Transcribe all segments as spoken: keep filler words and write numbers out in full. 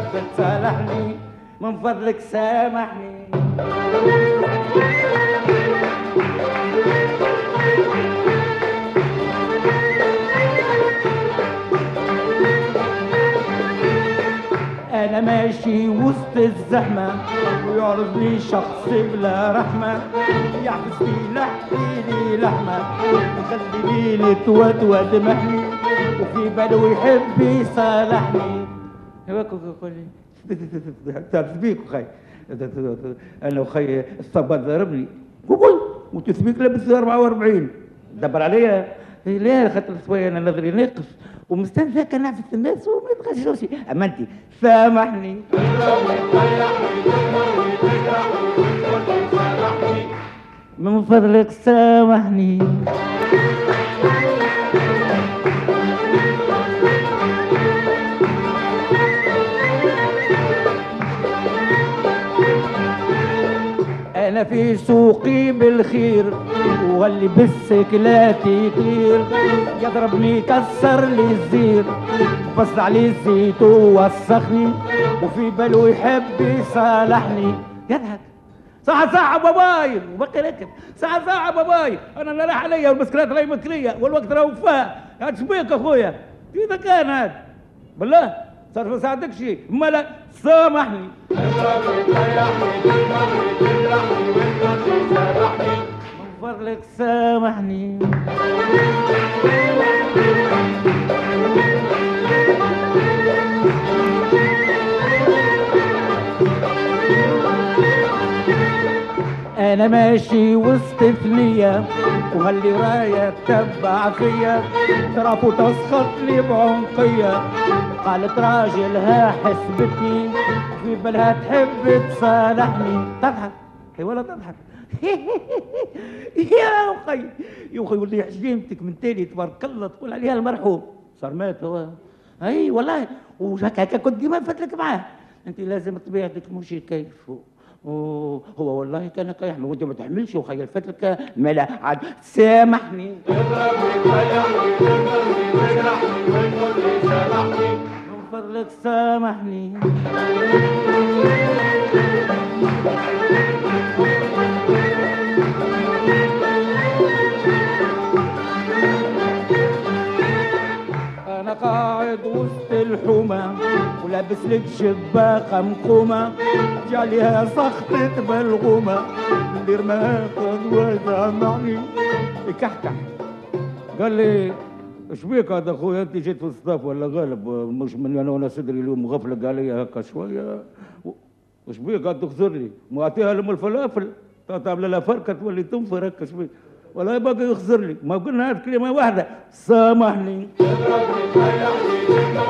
تصالحني من فضلك سامحني. أنا ماشي وسط الزحمة ويعرضني شخص بلا رحمة، يعكس لي لحمي لحمة يخليني نتودود محني، وفي باله يحب يصالحني. تسبيك أخي، أنا أخي الصبا ضربني وتسبيك لابس أربعة وأربعين دبر عليا ليه؟ خاطر شويه انا نظري ناقص ومستنزه كنعفس الناس وما يتغشوش. اما انت سامحني من فضلك سامحني. أنا في سوقي بالخير واللي بالسكلات يطير، يضربني يكسر لي الزير بص عليه الزيت ووسخني، وفي باله يحب يصالحني. يضحك ساعة ساعة باباي وبقي راكب ساعة ساعة باباي، أنا اللي راح عليا والبسكلات راهي مكرية والوقت راهو وفاء. هاد شبيك أخويا كيف كان هاد بالله صار ما ساعدك شيء مالا سامحني. من فضلك سامحني. أنا ماشي وسط ثنية وهاللي راية تتبع فيا، ترافو تسخط لي بعنقية، قالت راجلها حسبتني في بالها تحب تصالحني. تضحك هي ولا تضحك يا أخي يا أخي ولي حجيمتك من تالي تبارك الله تقول عليها المرحوم صار مات هو. أي والله وهكا كنت ديما نفتلك معاه. أنت لازم طبيعتك مش كيف هو والله كان كيحمل وانت ما تحملش وخيل فتلك ملا عاد سامحني. من فضلك سامحني. أنا قاعد وسط الحومة ولابس لك شباقة مقومة، جاليها سخطت بالغومة ندير معاها غدوة معني يكحكح. قال لي اش بيك هذا اخويا انت جيت في الصداف ولا غالب مش من انا وانا صدري اليوم مغفلق علي هكا شويه وش بيك قاعد تخزر لي معطيها لهم الفلافل تعمل لها فركه تولي تنفر هكا اش بيك والله باقي يخزر لي. ما قلنا هذه كلمه واحده سامحني.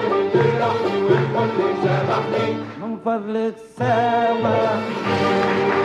من فضلك سامحني.